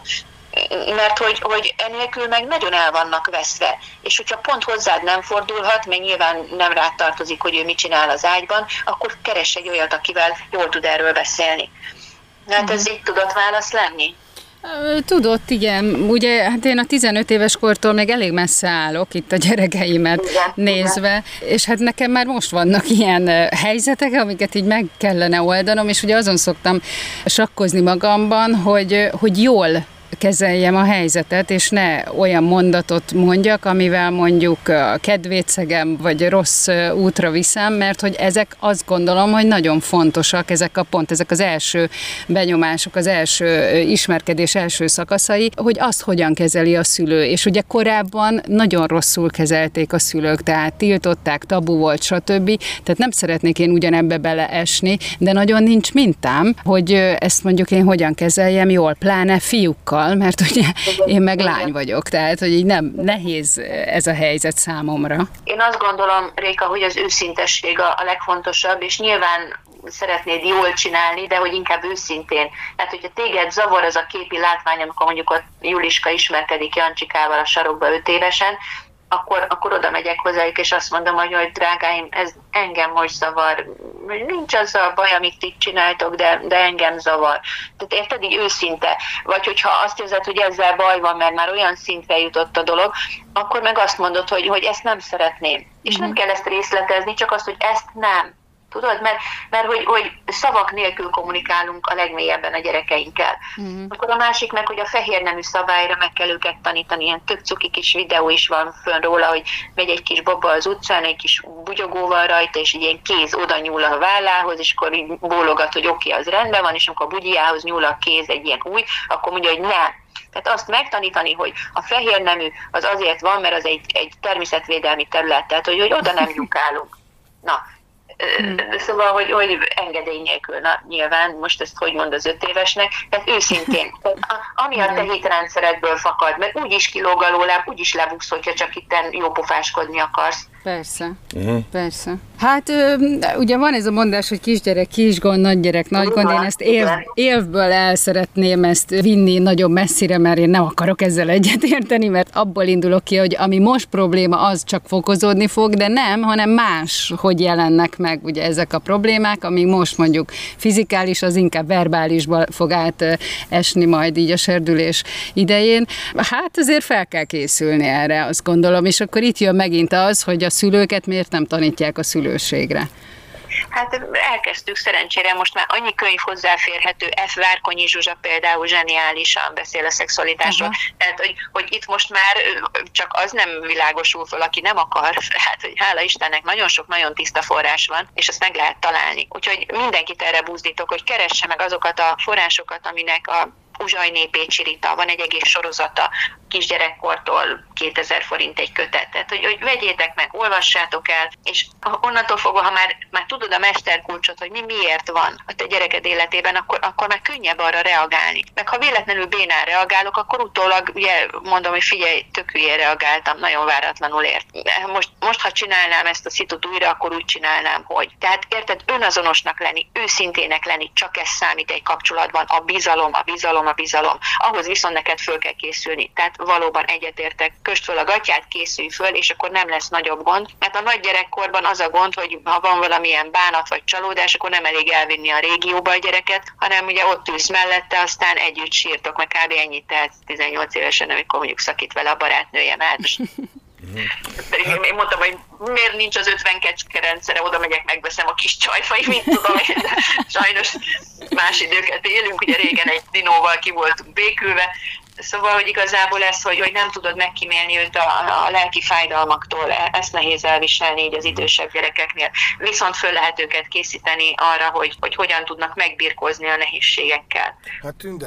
Mert hogy enélkül meg nagyon el vannak veszve. És hogyha pont hozzád nem fordulhat, mert nyilván nem rád tartozik, hogy ő mit csinál az ágyban, akkor keress egy olyat, akivel jól tud erről beszélni. Hát ez így tudott válasz lenni? Tudott, igen. Ugye, hát én a 15 éves kortól még elég messze állok itt a gyerekeimet nézve, és hát nekem már most vannak ilyen helyzetek, amiket így meg kellene oldanom, és ugye azon szoktam sakkozni magamban, hogy jól kezeljem a helyzetet, és ne olyan mondatot mondjak, amivel mondjuk a kedvét szegem, vagy rossz útra viszem, mert hogy ezek azt gondolom, hogy nagyon fontosak, ezek az első benyomások, az első ismerkedés első szakaszai, hogy azt hogyan kezeli a szülő. És ugye korábban nagyon rosszul kezelték a szülők, tehát tiltották, tabu volt, stb. Tehát nem szeretnék én ugyanebbe beleesni, de nagyon nincs mintám, hogy ezt mondjuk én hogyan kezeljem jól, pláne fiúkkal, mert ugye én meg lány vagyok, tehát hogy így nem nehéz ez a helyzet számomra. Én azt gondolom, Réka, hogy az őszintesség a legfontosabb, és nyilván szeretnéd jól csinálni, de hogy inkább őszintén. Tehát, hogyha téged zavar az a képi látvány, amikor mondjuk a Juliska ismerkedik Jancsikával a sarokba 5 évesen, akkor oda megyek hozzájuk, és azt mondom, hogy drágáim, ez engem most zavar. Nincs az a baj, amit ti csináltok, de engem zavar. Tehát érted, így őszinte. Vagy hogyha azt érzed, hogy ezzel baj van, mert már olyan szintre jutott a dolog, akkor meg azt mondod, hogy ezt nem szeretném. És nem kell ezt részletezni, csak azt, hogy ezt nem. Tudod, mert hogy szavak nélkül kommunikálunk a legmélyebben a gyerekeinkkel. Akkor a másik meg, hogy a fehér nemű szabályra meg kell őket tanítani, ilyen tök cuki kis videó is van fönn róla, hogy megy egy kis baba az utcán, egy kis bugyogóval rajta, és egy ilyen kéz oda nyúl a vállához, és akkor így bólogat, hogy oké, az rendben van, és amikor a bugyjához nyúl a kéz egy ilyen új, akkor mondja, hogy nem. Tehát azt megtanítani, hogy a fehér nemű az azért van, mert az egy természetvédelmi terület, tehát hogy oda nem lyukálunk. Na, szóval, hogy engedély nélkül, nyilván, most ezt hogy mond az 5 évesnek, tehát őszintén, ami a te hitrendszeredből fakad, mert úgyis kilóg alóláb, úgyis lebuksz, hogyha csak itten jópofáskodni akarsz. Persze, persze. Hát ugye van ez a mondás, hogy kisgyerek kisgond, nagygyerek nagygond, én ezt évből el szeretném ezt vinni nagyon messzire, mert én nem akarok ezzel egyetérteni, mert abból indulok ki, hogy ami most probléma, az csak fokozódni fog, de nem, hanem más, hogy jelennek meg ugye ezek a problémák, amíg most mondjuk fizikális, az inkább verbálisba fog átesni majd így a serdülés idején. Hát azért fel kell készülni erre, azt gondolom, és akkor itt jön megint az, hogy a szülőket miért nem tanítják a szülőségre? Hát elkezdtük szerencsére, most már annyi könyv hozzáférhető, F. Várkonyi Zsuzsa például zseniálisan beszél a szexualitásról, tehát hogy itt most már csak az nem világosul föl, aki nem akar, hát hogy hála Istennek nagyon sok, nagyon tiszta forrás van, és azt meg lehet találni. Úgyhogy mindenkit erre buzdítok, hogy keresse meg azokat a forrásokat, aminek a Uzsajné Pécsi Rita, van egy egész sorozata, kisgyerekkortól 2000 forint egy kötet. Tehát, hogy vegyétek meg, olvassátok el, és onnantól fogva, ha már tudod a mesterkulcsot, hogy miért van a te gyereked életében, akkor már könnyebb arra reagálni. Meg ha véletlenül bénán reagálok, akkor utólag ugye mondom, hogy figyelj, tök hülyén reagáltam, nagyon váratlanul ért. Most, ha csinálnám ezt a szitut újra, akkor úgy csinálnám, hogy. Tehát érted, önazonosnak lenni, őszintének lenni, csak ez számít egy kapcsolatban, a bizalom. Ahhoz viszont neked föl kell készülni. Tehát valóban egyetértek, kösd föl a gatyát, készülj föl, és akkor nem lesz nagyobb gond. Mert a nagy gyerekkorban az a gond, hogy ha van valamilyen bánat vagy csalódás, akkor nem elég elvinni a régióba a gyereket, hanem ugye ott ülsz mellette, aztán együtt sírtok, meg kb. Ennyit tehetsz 18 évesen, amikor mondjuk szakít vele a barátnője, mert pedig én mondtam, hogy miért nincs az 50 kecskerendszere, oda megyek, megveszem a kis csajfai, mit tudom én, sajnos más időket élünk, ugye régen egy dinóval ki voltunk békülve, szóval, hogy igazából ez, hogy nem tudod megkímélni őt a lelki fájdalmaktól, ezt nehéz elviselni így az idősebb gyerekeknél. Viszont föl lehet őket készíteni arra, hogy hogyan tudnak megbirkózni a nehézségekkel. Hát Tündem,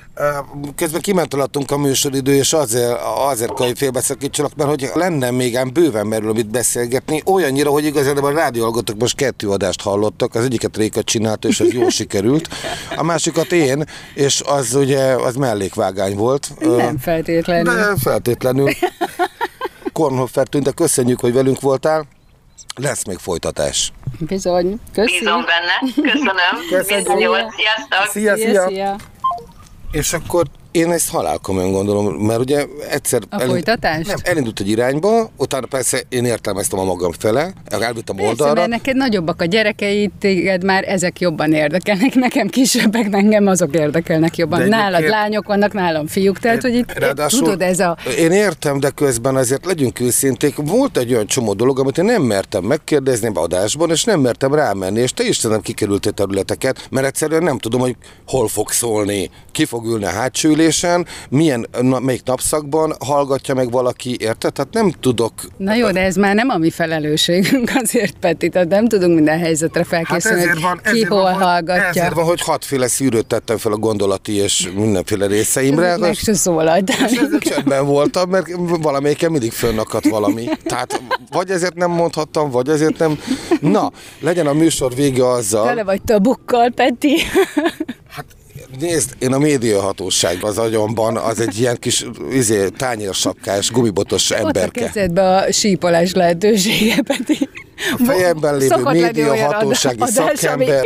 Közben kiment alattunk a műsoridő, és azért kell, hogy félbeszakítsalak, mert hogy lenne még ám bőven merül, amit beszélgetni, olyannyira, hogy igazából a rádióhallgatók most 2 adást hallottak, az egyiket Réka csinálta, és az jól sikerült, a másikat én, és az ugye, az mellékvágány volt. Nem feltétlenül. Nem feltétlenül. Kornhofer Tünde, köszönjük, hogy velünk voltál. Lesz még folytatás. Bizony. Köszi. Bízom benne. Köszönöm. Minden jót. Sziasztok. Szia. És akkor én ezt halálkomolyan gondolom, mert ugye egyszer... Folytatást? Elindult egy irányba, utána persze én értelmeztem a magam fele, elvittem oldalra. Mert neked nagyobbak a gyerekeid, téged már ezek jobban érdekelnek, nekem kisebbek, engem azok érdekelnek jobban. Nálad lányok vannak, nálam fiúk, tehát hogy itt tudod ez a... Én értem, de közben azért legyünk őszinték, volt egy olyan csomó dolog, amit én nem mertem megkérdezni adásban, és nem mertem rámenni, és te is nem kikerültél területeket, mert egyszerűen nem tudom, hogy hol fog szólni, ki fog ülni a hátsó ülésen, melyik napszakban hallgatja meg valaki, érted? Tehát nem tudok... Na jó, de ez már nem a mi felelősségünk azért, Peti, tehát nem tudunk minden helyzetre felkészülni, ki hol hallgatja. Ezért van, hogy 6 szűrőt tettem fel a gondolati és mindenféle részeimre. Meg se szólaltál. És ezzel csendben voltam, mert valamelyiken mindig fönnakadt valami. Tehát vagy ezért nem mondhattam, vagy ezért nem... Na, legyen a műsor vége azzal... Tele vagy tabukkal, Peti. Hát nézd, én a médiahatóságban az agyamban az egy ilyen kis tányérsapkás, gumibotos emberke. Ott a kezedbe a sípolás lehetősége, Peti. A fejemben lévő médiahatósági szakember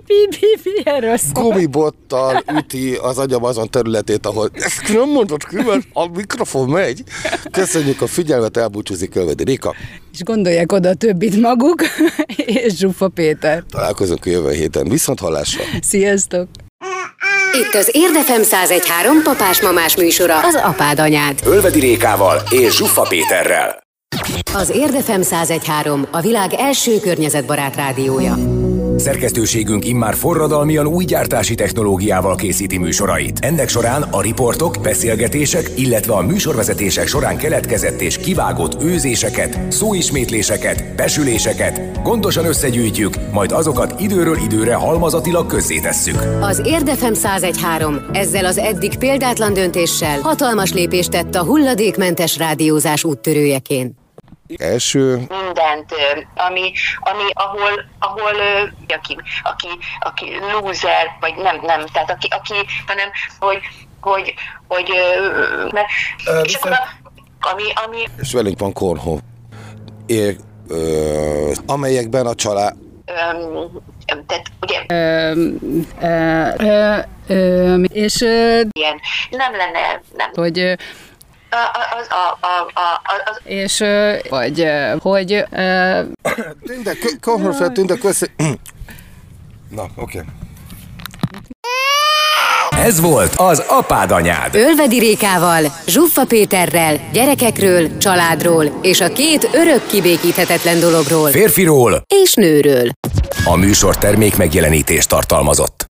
gumibottal üti az agyam azon területét, ahol ezt nem mondod ki, mert a mikrofon megy. Köszönjük a figyelmet, elbúcsúzik Ölvedi Réka. És gondolják oda a többit maguk, és Zsuffa Péter. Találkozunk a jövő héten. Viszonthallásra. Sziasztok! Itt az Érdefem 101.3 papás-mamás műsora, az apád anyád. Ölvedi Rékával és Zsuffa Péterrel. Az Érdefem 101.3 a világ első környezetbarát rádiója. Szerkesztőségünk immár forradalmian új gyártási technológiával készíti műsorait. Ennek során a riportok, beszélgetések, illetve a műsorvezetések során keletkezett és kivágott őzéseket, szóismétléseket, besüléseket gondosan összegyűjtjük, majd azokat időről időre halmazatilag közzétesszük. Az Érdefem 101.3 ezzel az eddig példátlan döntéssel hatalmas lépést tett a hulladékmentes rádiózás úttörőjeként. Első... Mindent, ahol aki loser, vagy nem, tehát hanem, és akkor ami... És velünk van Kornhoff, amelyekben a család... Tehát ugye... és... ilyen, nem lenne... Nem. Hogy... És vagy hogy Kornhoff Tünde, köszönjük. Na, oké. Ez volt az apád anyád. Ölvedi Rékával, Zsuffa Péterrel, gyerekekről, családról és a 2 örök kibékíthetetlen dologról. Férfiról és nőről. A műsor termék megjelenítést tartalmazott.